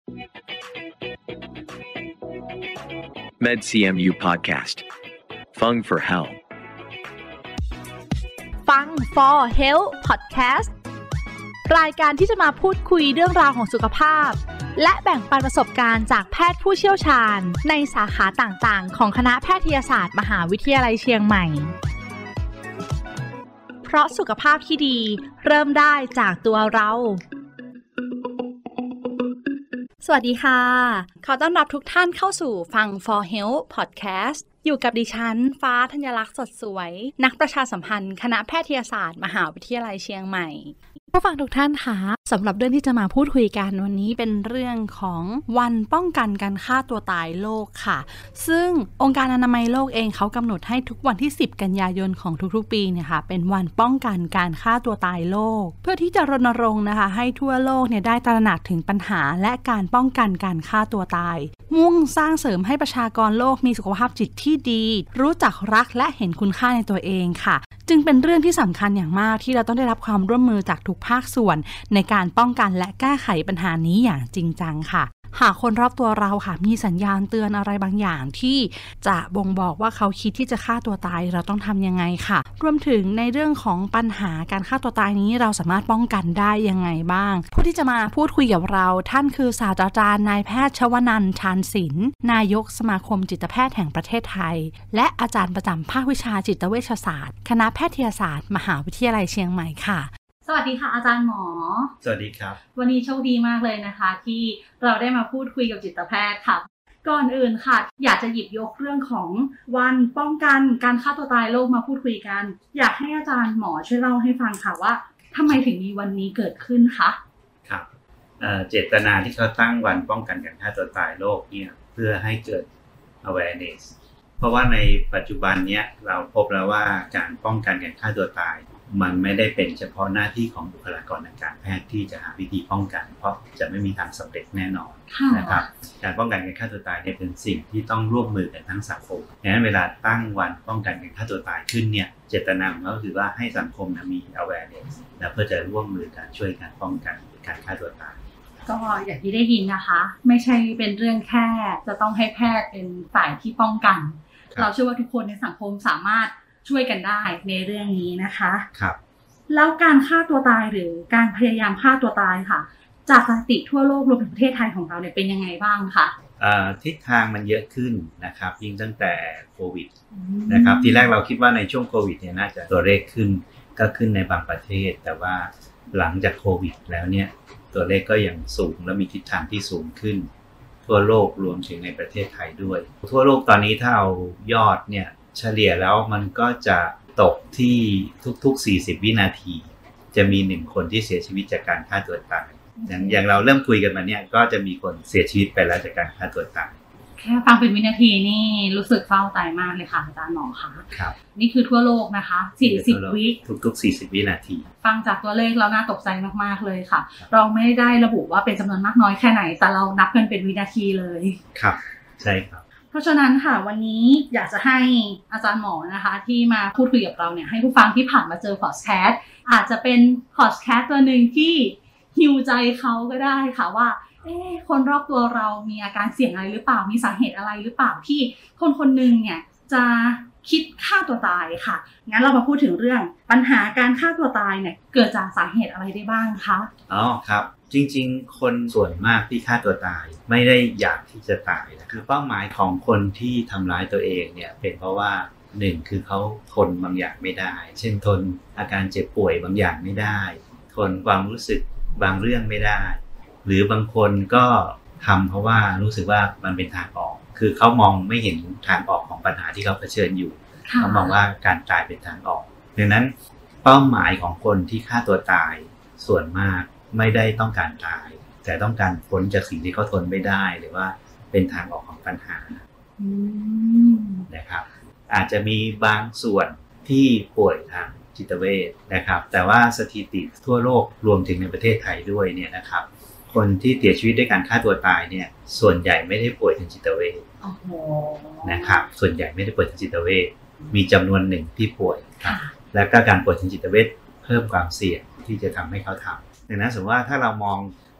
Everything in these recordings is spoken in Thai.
MedCMU Podcast. Fung for Hell. ฟัง for Health Podcast รายการที่จะมาพูดคุยเรื่องราวของสุขภาพและแบ่งปันประสบการณ์จากแพทย์ผู้เชี่ยวชาญในสาขาต่างๆของคณะแพทยศาสตร์มหาวิทยาลัยเชียงใหม่เพราะสุขภาพที่ดีเริ่มได้จากตัวเราสวัสดีค่ะขอต้อนรับทุกท่านเข้าสู่ฟัง For Health Podcast อยู่กับดิฉันฟ้าธัญลักษณ์สดสวยนักประชาสัมพันธ์คณะแพทยศาสตร์มหาวิทยาลัยเชียงใหม่ผู้ฟังทุกท่านคะสำหรับเรื่องที่จะมาพูดคุยกันวันนี้เป็นเรื่องของวันป้องกันการฆ่าตัวตายโลกค่ะซึ่งองค์การอนามัยโลกเองเขากำหนดให้ทุกวันที่10กันยายนของทุกๆปีเนี่ยค่ะเป็นวันป้องกันการฆ่าตัวตายโลกเพื่อที่จะรณรงค์นะคะให้ทั่วโลกเนี่ยได้ตระหนักถึงปัญหาและการป้องกันการฆ่าตัวตายมุ่งสร้างเสริมให้ประชากรโลกมีสุขภาพจิตที่ดีรู้จักรักและเห็นคุณค่าในตัวเองค่ะจึงเป็นเรื่องที่สำคัญอย่างมากที่เราต้องได้รับความร่วมมือจากทุกภาคส่วนในการป้องกันและแก้ไขปัญหานี้อย่างจริงจังค่ะหากคนรอบตัวเราค่ะมีสัญญาณเตือนอะไรบางอย่างที่จะบ่งบอกว่าเขาคิดที่จะฆ่าตัวตายเราต้องทำยังไงค่ะรวมถึงในเรื่องของปัญหาการฆ่าตัวตายนี้เราสามารถป้องกันได้ยังไงบ้างผู้ที่จะมาพูดคุยกับเราท่านคือศาสตราจารย์นายแพทย์ชวนันท์ ชาญศิลป์นายกสมาคมจิตแพทย์แห่งประเทศไทยและอาจารย์ประจำภาควิชาจิตเวชศาสตร์คณะแพทยศาสตร์มหาวิทยาลัยเชียงใหม่ค่ะสวัสดีค่ะอาจารย์หมอสวัสดีครับวันนี้โชคดีมากเลยนะคะที่เราได้มาพูดคุยกับจิตแพทย์ค่ะก่อนอื่นค่ะอยากจะหยิบยกเรื่องของวันป้องกันการฆ่าตัวตายโลกมาพูดคุยกันอยากให้อาจารย์หมอช่วยเล่าให้ฟังค่ะว่าทำไมถึงมีวันนี้เกิดขึ้นคะครับเจตนาที่เขาตั้งวันป้องกันการฆ่าตัวตายโลกเนี่ยเพื่อให้เกิด awareness เพราะว่าในปัจจุบันเนี้ยเราพบแล้วว่าการป้องกันการฆ่าตัวตายมันไม่ได้เป็นเฉพาะหน้าที่ของบุคลากรทางการแพทย์ที่จะหาวิธีป้องกันเพราะจะไม่มีทางสำเร็จแน่นอนนะครับการป้องกันการฆ่าตัวตายเนี่ยเป็นสิ่งที่ต้องร่วมมือกันทั้งสังคมดังนั้นเวลาตั้งวันป้องกันการฆ่าตัวตายขึ้นเนี่ยเจตนาก็คือว่าให้สังคมมี awareness เพื่อจะร่วมมือกันช่วยกันป้องกันการฆ่าตัวตายก็อย่างที่ได้ยินนะคะไม่ใช่เป็นเรื่องแค่จะต้องให้แพทย์เป็นฝ่ายที่ป้องกันเราเชื่อว่าทุกคนในสังคมสามารถช่วยกันได้ในเรื่องนี้นะคะครับแล้วการฆ่าตัวตายหรือการพยายามฆ่าตัวตายค่ะจากสถิติทั่วโลกรวมถึงประเทศไทยของเราเนี่ยเป็นยังไงบ้างคะทิศทางมันเยอะขึ้นนะครับยิ่งตั้งแต่โควิดนะครับทีแรกเราคิดว่าในช่วงโควิดเนี่ยน่าจะตัวเลขขึ้นก็ขึ้นในบางประเทศแต่ว่าหลังจากโควิดแล้วเนี่ยตัวเลขก็ยังสูงและมีทิศทางที่สูงขึ้นทั่วโลกรวมถึงในประเทศไทยด้วยทั่วโลกตอนนี้ถ้าเอายอดเนี่ยเฉลี่ยแล้วมันก็จะตกที่ทุกๆ40วินาทีจะมี1คนที่เสียชีวิตจากการฆ่าตัวตายอย่างเราเริ่มคุยกันมาเนี่ยก็จะมีคนเสียชีวิตไปแล้วจากการฆ่าตัวตายแค่ฟังเป็นวินาทีนี่รู้สึกเศร้าใจมากเลยค่ะอาจารย์หมอคะครับนี่คือทั่วโลกนะคะ40วิทุกๆ40วินาทีฟังจากตัวเลขแล้วน่าตกใจมากๆเลยค่ะเราไม่ได้ระบุว่าเป็นจำนวนมากน้อยแค่ไหนแต่เรานับกันเป็นวินาทีเลยครับใช่ครับเพราะฉะนั้นค่ะวันนี้อยากจะให้อาจารย์หมอนะคะที่มาพูดคุยกับเราเนี่ยให้ผู้ฟังที่ผ่านมาเจอพอดแคสต์อาจจะเป็นพอดแคสต์ตัวหนึ่งที่ฮิวใจเขาก็ได้ค่ะว่าคนรอบตัวเรามีอาการเสี่ยงอะไรหรือเปล่ามีสาเหตุอะไรหรือเปล่าที่คนคนหนึ่งเนี่ยจะคิดฆ่าตัวตายค่ะงั้นเรามาพูดถึงเรื่องปัญหาการฆ่าตัวตายเนี่ยเกิดจากสาเหตุอะไรได้บ้างคะอ๋อครับจริงๆคนส่วนมากที่ฆ่าตัวตายไม่ได้อยากที่จะตายนะคือเป้าหมายของคนที่ทำร้ายตัวเองเนี่ยเป็นเพราะว่า1คือเขาทนบางอย่างไม่ได้เช่นทนอาการเจ็บป่วยบางอย่างไม่ได้ทนความรู้สึกบางเรื่องไม่ได้หรือบางคนก็ทำเพราะว่ารู้สึกว่ามันเป็นทางออกคือเขามองไม่เห็นทางออกของปัญหาที่เขาเผชิญอยู่เขามองว่าการตายเป็นทางออกดังนั้นเป้าหมายของคนที่ฆ่าตัวตายส่วนมากไม่ได้ต้องการตายแต่ต้องการพ้นจากสิ่งที่เขาทนไม่ได้หรือว่าเป็นทางออกของปัญหานะครับอาจจะมีบางส่วนที่ป่วยทางจิตเวชนะครับแต่ว่าสถิติทั่วโลกรวมถึงในประเทศไทยด้วยเนี่ยนะครับคนที่เสียชีวิตด้วยการฆ่าตัวตายเนี่ยส่วนใหญ่ไม่ได้ป่วยทางจิตเวชนะครับส่วนใหญ่ไม่ได้ป่วยทางจิตเวชมีจำนวนหนึ่งที่ป่วยครับและก็การป่วยทางจิตเวชเพิ่มความเสี่ยงที่จะทำให้เขาทำดังนั้นสมมติว่าถ้าเรามอง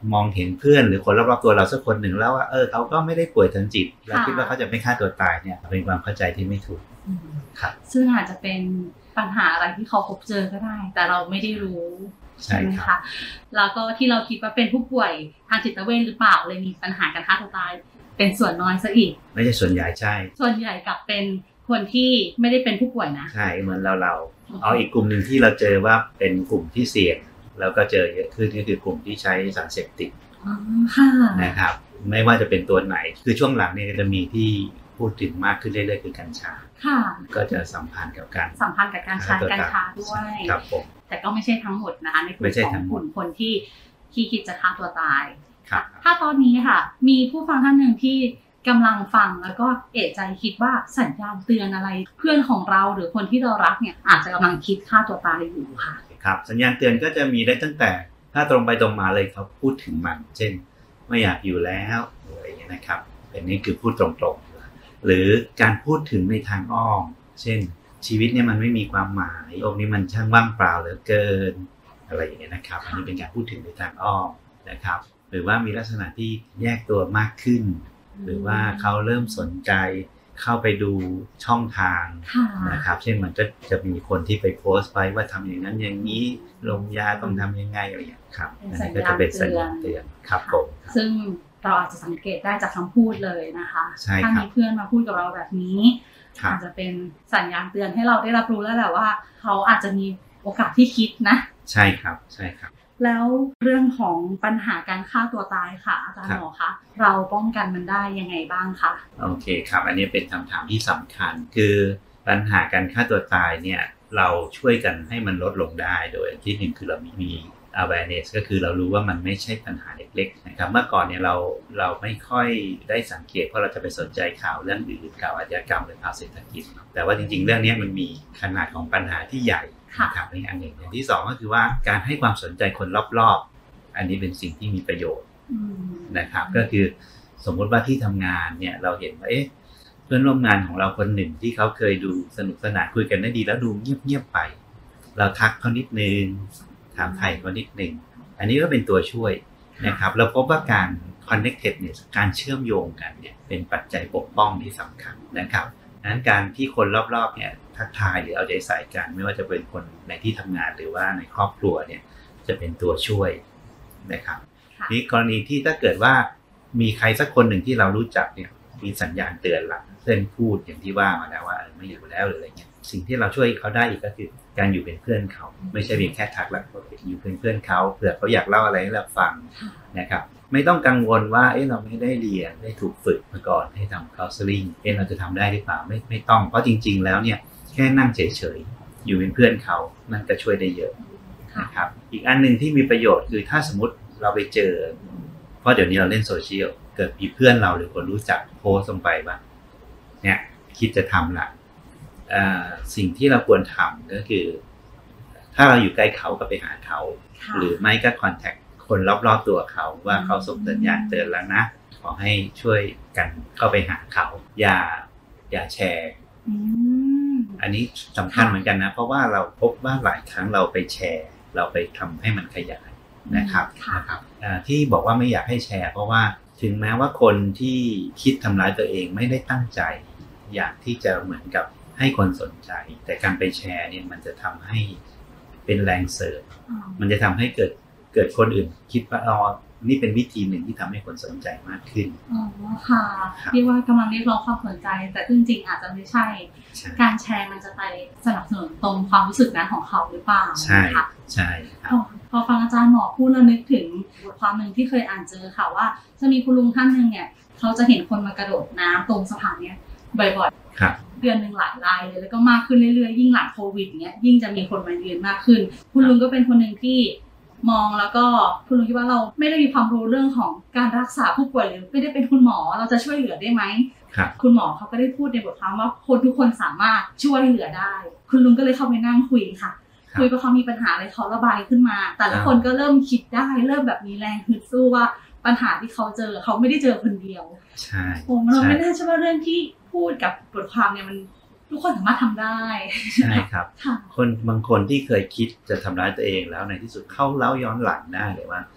มองเห็นเพื่อนหรือคนรอบๆตัวเราสักคนหนึ่งแล้วว่าเขาก็ไม่ได้ป่วยทางจิตเราคิดว่าเขาจะไม่ฆ่าตัวตายเนี่ยเป็นความเข้าใจที่ไม่ถูกครับซึ่งอาจจะเป็นปัญหาอะไรที่เขาพบเจอก็ได้แต่เราไม่ได้รู้ใช่ไหมคะแล้วก็ที่เราคิดว่าเป็นผู้ป่วยทางจิตเวชหรือเปล่าเลยมีปัญหาการฆ่าตัวตายเป็นส่วนน้อยซะอีกไม่ใช่ส่วนใหญ่ใช่ส่วนใหญ่กับเป็นคนที่ไม่ได้เป็นผู้ป่วยนะใช่เหมือนเราเอาอีกกลุ่มหนึ่งที่เราเจอว่าเป็นกลุ่มที่เสี่ยงแล้วก็เจอเยอะขึ้นก็คือกลุ่มที่ใช้สารเสพติดนะครับไม่ว่าจะเป็นตัวไหนคือช่วงหลังเนี่ยจะมีที่พูดถึงมากขึ้นเรื่อยๆคือกัญชาก็จะสัมพันธ์กับการกัญชาด้วยครับผมแต่ก็ไม่ใช่ทั้งหมดนะคะในกลุ่มของกลุ่มคนที่คิดจะฆ่าตัวตายถ้าตอนนี้ค่ะมีผู้ฟังท่านหนึ่งที่กำลังฟังแล้วก็เอะใจคิดว่าสัญญาณเตือนอะไรเพื่อนของเราหรือคนที่เรารักเนี่ยอาจจะกำลังคิดฆ่าตัวตายอยู่ค่ะครับสัญญาณเตือนก็จะมีได้ตั้งแต่ถ้าตรงไปตรงมาเลยเขาพูดถึงมันเช่นไม่อยากอยู่แล้วอะไรอย่างเงี้ยนะครับอันนี้คือพูดตรงๆหรือการพูดถึงในทางอ้อมเช่นชีวิตเนี่ยมันไม่มีความหมายโลกนี้มันช่างว่างเปล่าเหลือเกินอะไรอย่างเงี้ยนะครับอันนี้เป็นการพูดถึงในทางอ้อมนะครับหรือว่ามีลักษณะที่แยกตัวมากขึ้นหรือว่าเขาเริ่มสนใจเข้าไปดูช่องทางนะครับเช่นมันก็จะมีคนที่ไปโพสต์ไว้ว่าทำอย่างนั้นอย่างนี้ลงยาต้องทำยังไงอะไรอย่างนี้ครับอันนี้ก็จะเป็นสัญญาณเตือนครับผมซึ่งเราอาจจะสังเกตได้จากคำพูดเลยนะคะถ้ามีเพื่อนมาพูดกับเราแบบนี้อาจจะเป็นสัญญาณเตือนให้เราได้รับรู้แล้วแหละว่าเขาอาจจะมีโอกาสที่คิดนะใช่ครับใช่ครับแล้วเรื่องของปัญหาการฆ่าตัวตายค่ะอาจารย์หมอคะเราป้องกันมันได้ยังไงบ้างคะโอเคครับอันนี้เป็นคำถามที่สำคัญคือปัญหาการฆ่าตัวตายเนี่ยเราช่วยกันให้มันลดลงได้โดยที่หนึ่งคือเรามี awareness ก็คือเรารู้ว่ามันไม่ใช่ปัญหาเล็กๆนะครับเมื่อก่อนเนี่ยเราไม่ค่อยได้สังเกตเพราะเราจะไปสนใจข่าวเรื่องอื่นข่าวอาชญากรรมหรือข่าวเศรษฐกิจแต่ว่าจริงๆเรื่องนี้มันมีขนาดของปัญหาที่ใหญ่นะครับนี่อันหนึ่งอย่างที่สองก็คือว่าการให้ความสนใจคนรอบๆอันนี้เป็นสิ่งที่มีประโยชน์นะครับก็คือสมมติว่าที่ทำงานเนี่ยเราเห็นว่าเพื่อนร่วมงานของเราคนหนึ่งที่เขาเคยดูสนุกสนานคุยกันได้ดีแล้วดูเงียบๆไปเราทักเขานิดนึงถามไถ่เขานิดนึงอันนี้ก็เป็นตัวช่วยนะครับเราพบว่าการ connected เนี่ยการเชื่อมโยงกันเนี่ยเป็นปัจจัยปกป้องที่สำคัญนะครับนั้นการที่คนรอบๆเนี่ยทักทายหรือเอาใจใส่กันไม่ว่าจะเป็นคนในที่ทำงานหรือว่าในครอบครัวเนี่ยจะเป็นตัวช่วยนะครับนี่กรณีที่ถ้าเกิดว่ามีใครสักคนหนึ่งที่เรารู้จักเนี่ยมีสัญญาณเตือนหลังเช่นพูดอย่างที่ว่ามาแล้วว่าไม่อยู่แล้วหรืออะไรเงี้ยสิ่งที่เราช่วยเขาได้อีกก็คือการอยู่เป็นเพื่อนเขาไม่ใช่เพียงแค่ทักแล้วอยู่เป็นเพื่อนเขาเผื่อเขาอยากเล่าอะไรให้เราฟังนะครับไม่ต้องกังวลว่าเราไม่ได้เรียนได้ถูกฝึกมาก่อนให้ทำ counseling เราจะทำได้หรือเปล่าไม่ต้องเพราะจริงๆแล้วเนี่ยแค่นั่งเฉยๆอยู่เป็นเพื่อนเขานั่นก็ช่วยได้เยอะนะครับอีกอันนึงที่มีประโยชน์คือถ้าสมมติเราไปเจอเพราะเดี๋ยวนี้เราเล่นโซเชียลเกิดมีเพื่อนเราหรือคนรู้จักโพสต์ลงไปว่าเนี่ยคิดจะทำละสิ่งที่เราควรทำก็คือถ้าเราอยู่ใกล้เขาก็ไปหาเขาหรือไม่ก็คอนแทคคนรอบๆตัวเขาว่าเขาส่งสัญญาณเตือนแล้วนะขอให้ช่วยกันเข้าไปหาเขาอย่าแชร์อันนี้สำคัญเหมือนกันนะเพราะว่าเราพบว่าหลายครั้งเราไปแชร์เราไปทำให้มันขยายนะครับที่บอกว่าไม่อยากให้แชร์เพราะว่าถึงแม้ว่าคนที่คิดทำร้ายตัวเองไม่ได้ตั้งใจอยากที่จะเหมือนกับให้คนสนใจแต่การไปแชร์เนี่ยมันจะทำให้เป็นแรงเสริมมันจะทำให้เกิดคนอื่นคิดว่านี่เป็นวิธีหนึ่งที่ทำให้คนสนใจมากขึ้นค่ะที่ว่ากำลังเรียกร้องความสนใจแต่จริงๆอาจจะไม่ใช่การแชร์มันจะไปสนับสนุนตรงความรู้สึกนั้นของเขาหรือเปล่าใช่ใช่พอฟังอาจารย์หมอพูดแล้วนึกถึงบทความนึงที่เคยอ่านเจอค่ะว่าจะมีคุณลุงท่านนึงเนี่ยเขาจะเห็นคนมากระโดดน้ำตรงสะพานเนี้ยบ่อยๆเดือนนึงหลายรายเลยแล้วก็มากขึ้นเรื่อยๆยิ่งหลังโควิดเนี้ยยิ่งจะมีคนมาเรียนมากขึ้นคุณลุงก็เป็นคนนึงที่มองแล้วก็คุณลุงคิดว่าเราไม่ได้มีความรู้เรื่องของการรักษาผู้ป่วยหรือไม่ได้เป็นคุณหมอเราจะช่วยเหลือได้ไหมคุณหมอเขาก็ได้พูดในบทความว่าคนทุกคนสามารถช่วยเหลือได้คุณลุงก็เลยเข้าไปนั่งคุยค่ะคุยว่าเขามีปัญหาอะไรเขาระบายขึ้นมาแต่ละคนก็เริ่มคิดได้เริ่มแบบมีแรงฮึดสู้ว่าปัญหาที่เขาเจอเขาไม่ได้เจอคนเดียวใช่เราไม่น่าเชื่อว่าเรื่องที่พูดกับบทความเนี่ยมันทุกคนสามารถทำได้ใช่ครับคนบางคนที่เคยคิดจะทำร้ายตัวเองแล้วในที่สุดเข้าเล่าย้อนหลังได้เลยว่า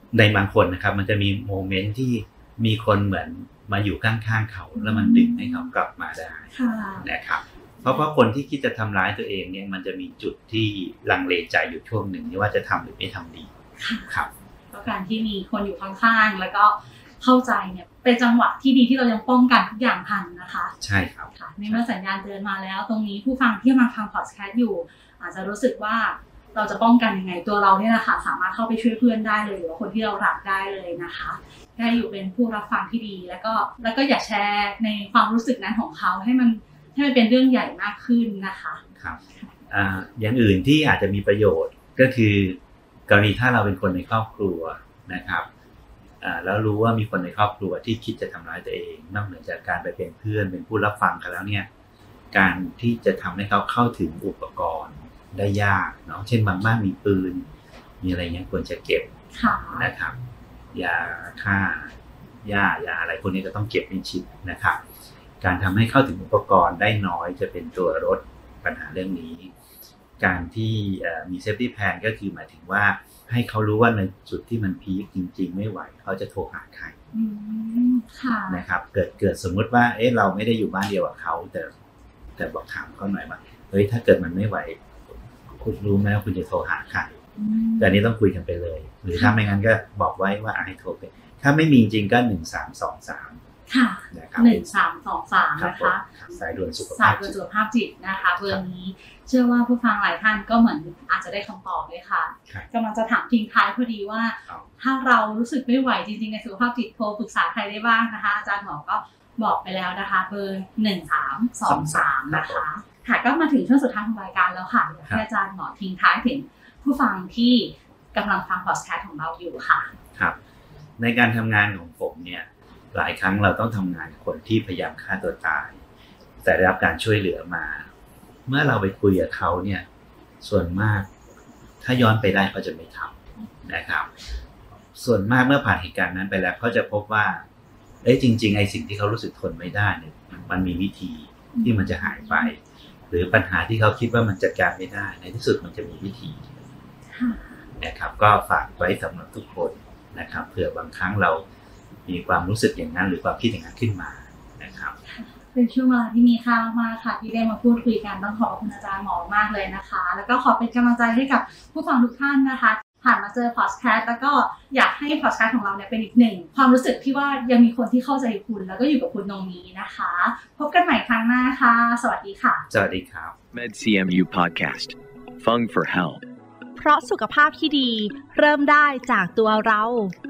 ในบางคนนะครับมันจะมีโมเมนต์ที่มีคนเหมือนมาอยู่ข้างๆเขาแล้วมันดึงให้เขากลับมาได้นะครับเพราะคนที่คิดจะทำร้ายตัวเองเนี่ยมันจะมีจุดที่ลังเลใจอยู่ช่วงหนึ่งที่ว่าจะทำหรือไม่ทำดีครับก็การที่มีคนอยู่ข้างๆแล้วก็เข้าใจเนี่ยเป็นจังหวะที่ดีที่เรายังป้องกันทุกอย่างทันนะคะใช่ครับในเมื่อสัญญาณเตือนมาแล้วตรงนี้ผู้ฟังที่มาฟังพอดแคสต์อยู่อาจจะรู้สึกว่าเราจะป้องกันยังไงตัวเราเนี่ยนะคะสามารถเข้าไปช่วยเพื่อนได้เลยหรือว่าคนที่เรารักได้เลยนะคะแค่อยู่เป็นผู้รับฟังที่ดีแล้วก็อย่าแชร์ในความรู้สึกนั้นของเขาให้มันเป็นเรื่องใหญ่มากขึ้นนะคะครับอย่างอื่นที่อาจจะมีประโยชน์ก็คือกรณีถ้าเราเป็นคนในครอบครัวนะครับแล้วรู้ว่ามีคนในครอบครัวที่คิดจะทำร้ายตัวเองนอกเหนือจากการไปเป็นเพื่อนเป็นผู้รับฟังกันแล้วเนี่ยการที่จะทำให้เขาเข้าถึงอุปกรณ์ได้ยากเนาะเช่นบางบ้านมีปืนมีอะไรเงี้ยควรจะเก็บนะครับยาฆ่าหญ้ายาอะไรพวกนี้ก็ต้องเก็บเป็นชิ้นนะครับการทำให้เข้าถึงอุปกรณ์ได้น้อยจะเป็นตัวลดปัญหาเรื่องนี้การที่มีเซฟตี้แพลนก็คือหมายถึงว่าให้เขารู้ว่าในจุดที่มันพีคจริงๆไม่ไหวเขาจะโทรหาใครนะครับเกิดสมมุติว่าเราไม่ได้อยู่บ้านเดียวกับเขาแต่บอกถามเขาหน่อยว่าเฮ้ยถ้าเกิดมันไม่ไหวคุณรู้ไหมว่าคุณจะโทรหาใครแต่อันนี้ต้องคุยกันไปเลยหรือถ้าไม่งั้นก็บอกไว้ว่าให้โทรไปถ้าไม่มีจริงก็1323 ค่ะ1323นะคะสายด่วนสุขภาพจิตนะคะเบอร์นี้เชื่อว่าผู้ฟังหลายท่านก็เหมือนอาจจะได้คำตอบเลยค่ะกำลังจะถามทิ้งท้ายพอดีว่าถ้าเรารู้สึกไม่ไหวจริงๆในสุขภาพจิตโทรปรึกษาใครได้บ้างนะคะอาจารย์หมอก็บอกไปแล้วนะคะเบอร์1323นะคะค่ะก็มาถึงช่วงสุดท้ายของรายการแล้วค่ะอยากให้อาจารย์หมอทิ้งท้ายถึงผู้ฟังที่กำลังฟังพอดแคสต์ของเราอยู่ค่ะครับในการทำงานของผมเนี่ยหลายครั้งเราต้องทำงานกับคนที่พยายามฆ่าตัวตายแต่ได้รับการช่วยเหลือมาเมื่อเราไปคุยกับเขาเนี่ยส่วนมากถ้าย้อนไปได้เขาจะไม่ทำนะครับส่วนมากเมื่อผ่านเหตุการณ์นั้นไปแล้วเขาจะพบว่าจริงๆไอ้สิ่งที่เขารู้สึกทนไม่ได้เนี่ยมันมีวิธีที่มันจะหายไปหรือปัญหาที่เขาคิดว่ามันจัดการไม่ได้ในที่สุดมันจะมีวิธีนะครับก็ฝากไว้สำหรับทุกคนนะครับเผื่อบางครั้งเรามีความรู้สึกอย่างนั้นหรือความคิดอย่างนั้นขึ้นมานะครับเป็นช่วงเวลาที่มีค่ามากค่ะที่ได้มาพูดคุยกันต้องขอบคุณอาจารย์หมอมากเลยนะคะแล้วก็ขอเป็นกำลังใจให้กับผู้ฟังทุกท่านนะคะผ่านมาเจอพอดแคสต์แล้วก็อยากให้พอดแคสต์ของเราเนี่ยเป็นอีกหนึ่งความรู้สึกที่ว่ายังมีคนที่เข้าใจคุณแล้วก็อยู่กับคุณตรงนี้นะคะพบกันใหม่ครั้งหน้าค่ะสวัสดีค่ะสวัสดีครับ MedCMU Podcast Fung for Health เพราะสุขภาพที่ดีเริ่มได้จากตัวเรา